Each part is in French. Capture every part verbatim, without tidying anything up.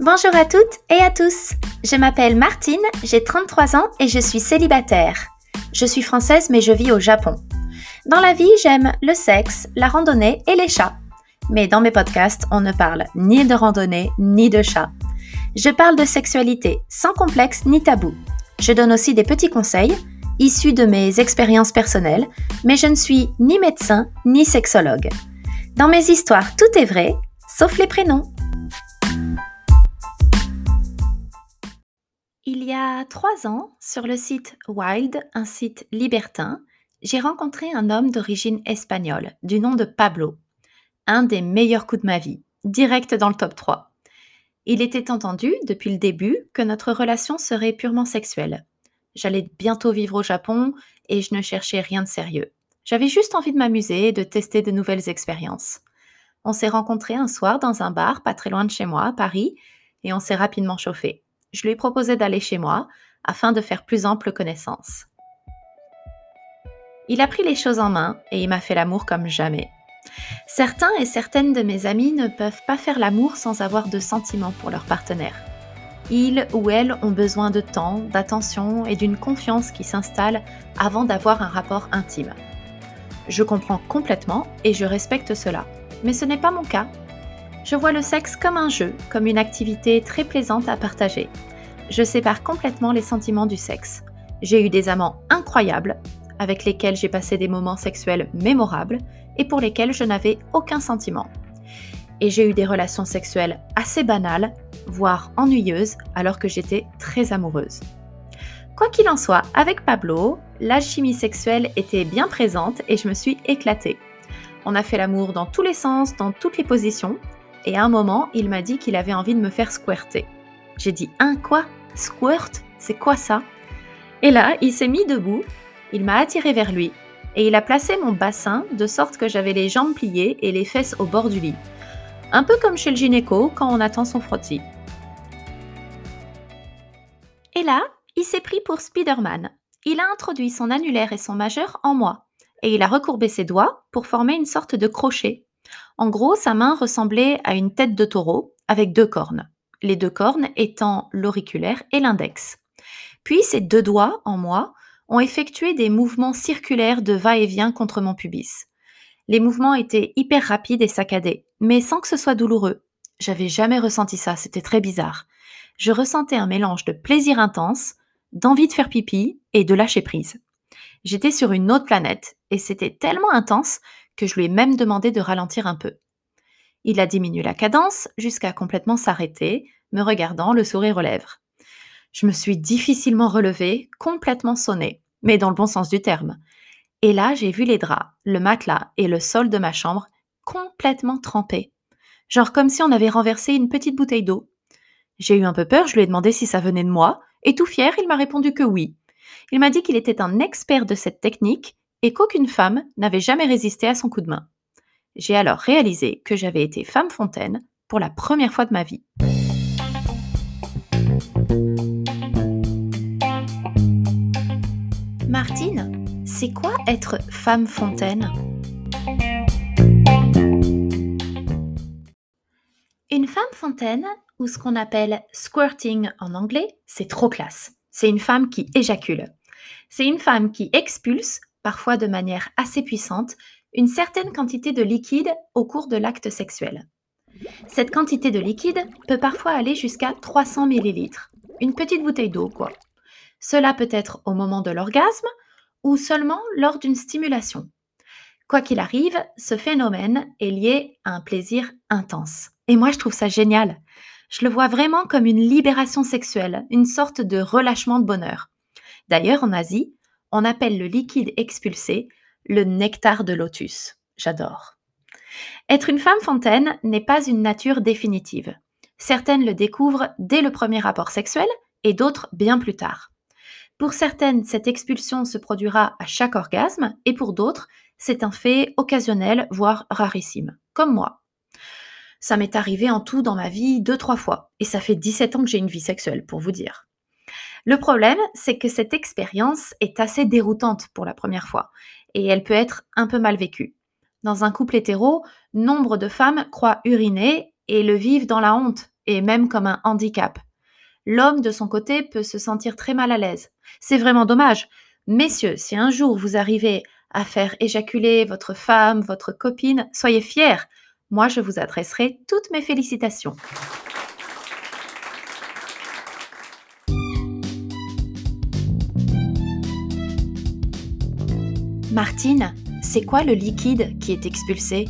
Bonjour à toutes et à tous. Je m'appelle Martine, j'ai trente-trois ans et je suis célibataire. Je suis française mais je vis au Japon. Dans la vie, j'aime le sexe, la randonnée et les chats. Mais dans mes podcasts, on ne parle ni de randonnée ni de chats. Je parle de sexualité sans complexe ni tabou. Je donne aussi des petits conseils, issus de mes expériences personnelles, mais je ne suis ni médecin ni sexologue. Dans mes histoires, tout est vrai, sauf les prénoms. Il y a trois ans, sur le site Wild, un site libertin, j'ai rencontré un homme d'origine espagnole, du nom de Pablo. Un des meilleurs coups de ma vie, direct dans le top trois. Il était entendu, depuis le début, que notre relation serait purement sexuelle. J'allais bientôt vivre au Japon et je ne cherchais rien de sérieux. J'avais juste envie de m'amuser et de tester de nouvelles expériences. On s'est rencontrés un soir dans un bar pas très loin de chez moi, à Paris, et on s'est rapidement chauffé. Je lui ai proposé d'aller chez moi, afin de faire plus ample connaissance. Il a pris les choses en main et il m'a fait l'amour comme jamais. Certains et certaines de mes amis ne peuvent pas faire l'amour sans avoir de sentiments pour leur partenaire. Ils ou elles ont besoin de temps, d'attention et d'une confiance qui s'installe avant d'avoir un rapport intime. Je comprends complètement et je respecte cela, mais ce n'est pas mon cas. Je vois le sexe comme un jeu, comme une activité très plaisante à partager. Je sépare complètement les sentiments du sexe. J'ai eu des amants incroyables, avec lesquels j'ai passé des moments sexuels mémorables et pour lesquels je n'avais aucun sentiment. Et j'ai eu des relations sexuelles assez banales, voire ennuyeuses, alors que j'étais très amoureuse. Quoi qu'il en soit, avec Pablo, l'alchimie sexuelle était bien présente et je me suis éclatée. On a fait l'amour dans tous les sens, dans toutes les positions, et à un moment, il m'a dit qu'il avait envie de me faire squirter. J'ai dit « Hein, quoi ? Squirt ? C'est quoi ça ?» Et là, il s'est mis debout, il m'a attirée vers lui, et il a placé mon bassin de sorte que j'avais les jambes pliées et les fesses au bord du lit. Un peu comme chez le gynéco quand on attend son frottis. Et là, il s'est pris pour Spider-Man. Il a introduit son annulaire et son majeur en moi, et il a recourbé ses doigts pour former une sorte de crochet. En gros, sa main ressemblait à une tête de taureau avec deux cornes, les deux cornes étant l'auriculaire et l'index. Puis ses deux doigts, en moi, ont effectué des mouvements circulaires de va-et-vient contre mon pubis. Les mouvements étaient hyper rapides et saccadés, mais sans que ce soit douloureux. J'avais jamais ressenti ça, c'était très bizarre. Je ressentais un mélange de plaisir intense, d'envie de faire pipi et de lâcher prise. J'étais sur une autre planète et c'était tellement intense que je lui ai même demandé de ralentir un peu. Il a diminué la cadence jusqu'à complètement s'arrêter, me regardant, le sourire aux lèvres. Je me suis difficilement relevée, complètement sonnée, mais dans le bon sens du terme. Et là, j'ai vu les draps, le matelas et le sol de ma chambre complètement trempés. Genre comme si on avait renversé une petite bouteille d'eau. J'ai eu un peu peur, je lui ai demandé si ça venait de moi, et tout fier, il m'a répondu que oui. Il m'a dit qu'il était un expert de cette technique et qu'aucune femme n'avait jamais résisté à son coup de main. J'ai alors réalisé que j'avais été femme fontaine pour la première fois de ma vie. Martine, c'est quoi être femme fontaine ? Une femme fontaine, ou ce qu'on appelle squirting en anglais, c'est trop classe. C'est une femme qui éjacule. C'est une femme qui expulse, parfois de manière assez puissante, une certaine quantité de liquide au cours de l'acte sexuel. Cette quantité de liquide peut parfois aller jusqu'à trois cents millilitres. Une petite bouteille d'eau, quoi. Cela peut être au moment de l'orgasme ou seulement lors d'une stimulation. Quoi qu'il arrive, ce phénomène est lié à un plaisir intense. Et moi, je trouve ça génial. Je le vois vraiment comme une libération sexuelle, une sorte de relâchement de bonheur. D'ailleurs, en Asie, on appelle le liquide expulsé le nectar de lotus. J'adore. Être une femme fontaine n'est pas une nature définitive. Certaines le découvrent dès le premier rapport sexuel et d'autres bien plus tard. Pour certaines, cette expulsion se produira à chaque orgasme et pour d'autres, c'est un fait occasionnel, voire rarissime, comme moi. Ça m'est arrivé en tout dans ma vie deux, trois fois et ça fait dix-sept ans que j'ai une vie sexuelle, pour vous dire. Le problème, c'est que cette expérience est assez déroutante pour la première fois et elle peut être un peu mal vécue. Dans un couple hétéro, nombre de femmes croient uriner et le vivent dans la honte, et même comme un handicap. L'homme, de son côté, peut se sentir très mal à l'aise. C'est vraiment dommage. Messieurs, si un jour vous arrivez à faire éjaculer votre femme, votre copine, soyez fiers. Moi, je vous adresserai toutes mes félicitations. Martine, c'est quoi le liquide qui est expulsé?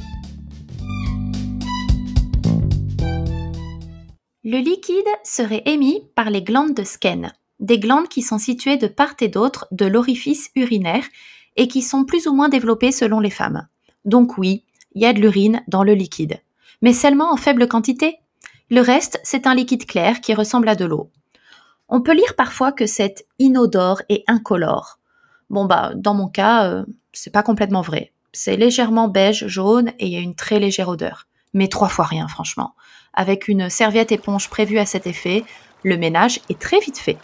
Le liquide serait émis par les glandes de Skene, des glandes qui sont situées de part et d'autre de l'orifice urinaire et qui sont plus ou moins développées selon les femmes. Donc oui, il y a de l'urine dans le liquide, mais seulement en faible quantité. Le reste, c'est un liquide clair qui ressemble à de l'eau. On peut lire parfois que c'est inodore et incolore. Bon bah, dans mon cas, euh, c'est pas complètement vrai. C'est légèrement beige, jaune et il y a une très légère odeur. Mais trois fois rien, franchement. Avec une serviette éponge prévue à cet effet, le ménage est très vite fait.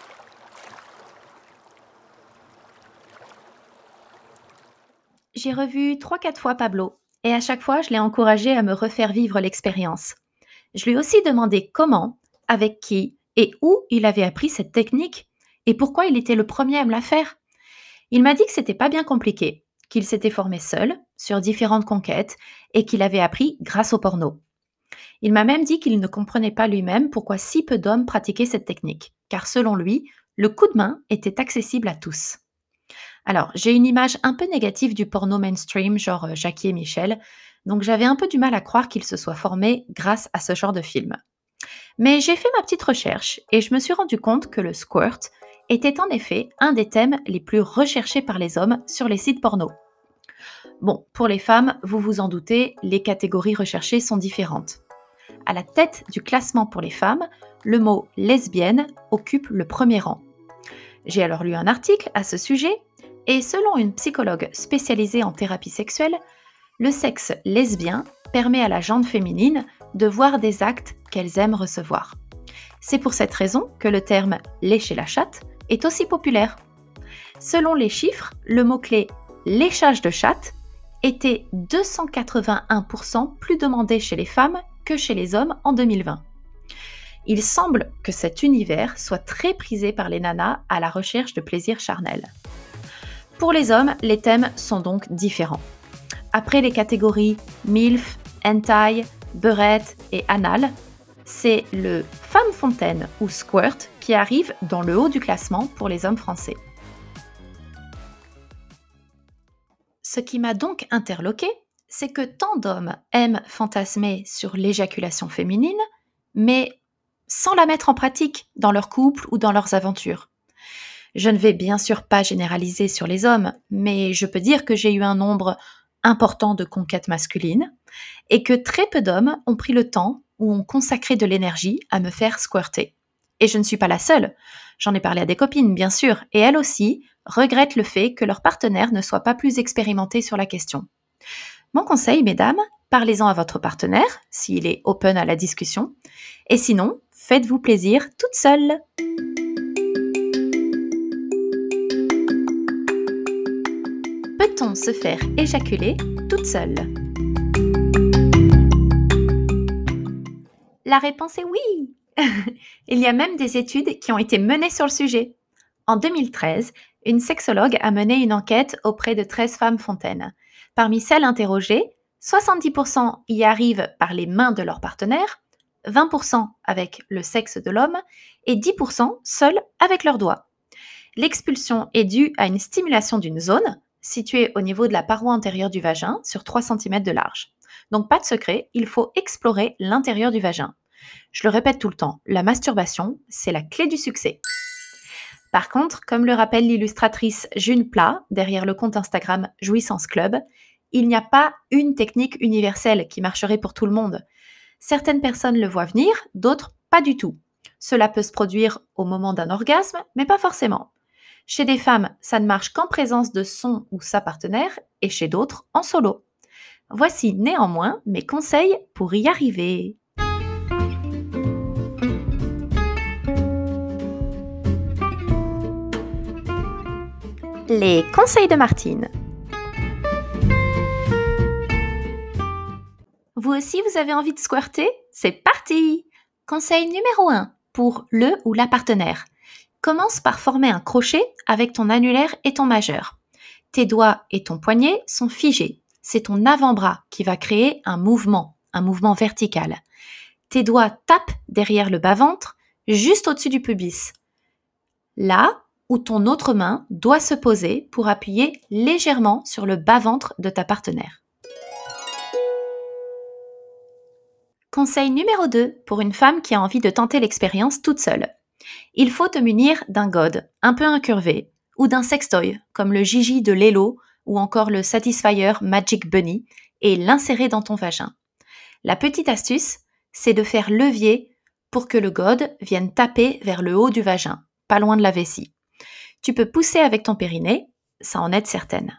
J'ai revu trois quatre fois Pablo, et à chaque fois, je l'ai encouragé à me refaire vivre l'expérience. Je lui ai aussi demandé comment, avec qui et où il avait appris cette technique, et pourquoi il était le premier à me la faire. Il m'a dit que c'était pas bien compliqué, qu'il s'était formé seul, sur différentes conquêtes, et qu'il avait appris grâce au porno. Il m'a même dit qu'il ne comprenait pas lui-même pourquoi si peu d'hommes pratiquaient cette technique, car selon lui, le coup de main était accessible à tous. Alors, j'ai une image un peu négative du porno mainstream, genre euh, Jackie et Michel, donc j'avais un peu du mal à croire qu'il se soit formé grâce à ce genre de film. Mais j'ai fait ma petite recherche et je me suis rendu compte que le squirt était en effet un des thèmes les plus recherchés par les hommes sur les sites porno. Bon, pour les femmes, vous vous en doutez, les catégories recherchées sont différentes. À la tête du classement pour les femmes, le mot lesbienne occupe le premier rang. J'ai alors lu un article à ce sujet et selon une psychologue spécialisée en thérapie sexuelle, le sexe lesbien permet à la jante féminine de voir des actes qu'elles aiment recevoir. C'est pour cette raison que le terme lécher la chatte est aussi populaire. Selon les chiffres, le mot-clé léchage de chatte était deux cent quatre-vingt-un pour cent plus demandé chez les femmes que chez les hommes en deux mille vingt. Il semble que cet univers soit très prisé par les nanas à la recherche de plaisir charnel. Pour les hommes, les thèmes sont donc différents. Après les catégories MILF, hentai, beurette et anal, c'est le femme fontaine ou squirt qui arrive dans le haut du classement pour les hommes français. Ce qui m'a donc interloquée, c'est que tant d'hommes aiment fantasmer sur l'éjaculation féminine, mais sans la mettre en pratique dans leur couple ou dans leurs aventures. Je ne vais bien sûr pas généraliser sur les hommes, mais je peux dire que j'ai eu un nombre important de conquêtes masculines et que très peu d'hommes ont pris le temps ou ont consacré de l'énergie à me faire squirter. Et je ne suis pas la seule. J'en ai parlé à des copines, bien sûr, et elles aussi regrettent le fait que leur partenaire ne soit pas plus expérimenté sur la question. Mon conseil, mesdames, parlez-en à votre partenaire, s'il est open à la discussion, et sinon, faites-vous plaisir toute seule. Peut-on se faire éjaculer toute seule? La réponse est oui. Il y a même des études qui ont été menées sur le sujet. En deux mille treize, une sexologue a mené une enquête auprès de treize femmes fontaines. Parmi celles interrogées, soixante-dix pour cent y arrivent par les mains de leur partenaire, vingt pour cent avec le sexe de l'homme et dix pour cent seuls avec leurs doigts. L'expulsion est due à une stimulation d'une zone située au niveau de la paroi antérieure du vagin sur trois centimètres de large. Donc pas de secret, il faut explorer l'intérieur du vagin. Je le répète tout le temps, la masturbation, c'est la clé du succès. Par contre, comme le rappelle l'illustratrice June Plat, derrière le compte Instagram Jouissance Club, il n'y a pas une technique universelle qui marcherait pour tout le monde. Certaines personnes le voient venir, d'autres pas du tout. Cela peut se produire au moment d'un orgasme, mais pas forcément. Chez des femmes, ça ne marche qu'en présence de son ou sa partenaire, et chez d'autres, en solo. Voici néanmoins mes conseils pour y arriver. Les conseils de Martine. Vous aussi, vous avez envie de squirter? C'est parti! Conseil numéro un pour le ou la partenaire. Commence par former un crochet avec ton annulaire et ton majeur. Tes doigts et ton poignet sont figés. C'est ton avant-bras qui va créer un mouvement, un mouvement vertical. Tes doigts tapent derrière le bas-ventre, juste au-dessus du pubis. Là où ton autre main doit se poser pour appuyer légèrement sur le bas-ventre de ta partenaire. Conseil numéro deux pour une femme qui a envie de tenter l'expérience toute seule. Il faut te munir d'un gode, un peu incurvé, ou d'un sextoy, comme le Gigi de Lelo ou encore le Satisfyer Magic Bunny, et l'insérer dans ton vagin. La petite astuce, c'est de faire levier pour que le gode vienne taper vers le haut du vagin, pas loin de la vessie. Tu peux pousser avec ton périnée, ça en aide certaines.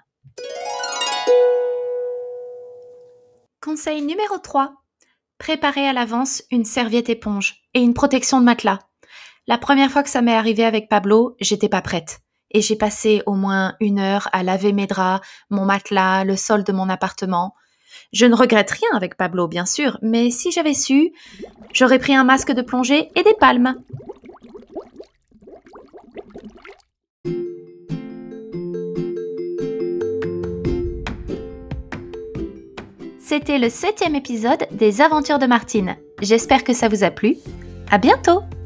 Conseil numéro trois. Préparez à l'avance une serviette éponge et une protection de matelas. La première fois que ça m'est arrivé avec Pablo, j'étais pas prête. Et j'ai passé au moins une heure à laver mes draps, mon matelas, le sol de mon appartement. Je ne regrette rien avec Pablo, bien sûr, mais si j'avais su, j'aurais pris un masque de plongée et des palmes. C'était le septième épisode des Aventures de Martine. J'espère que ça vous a plu. À bientôt!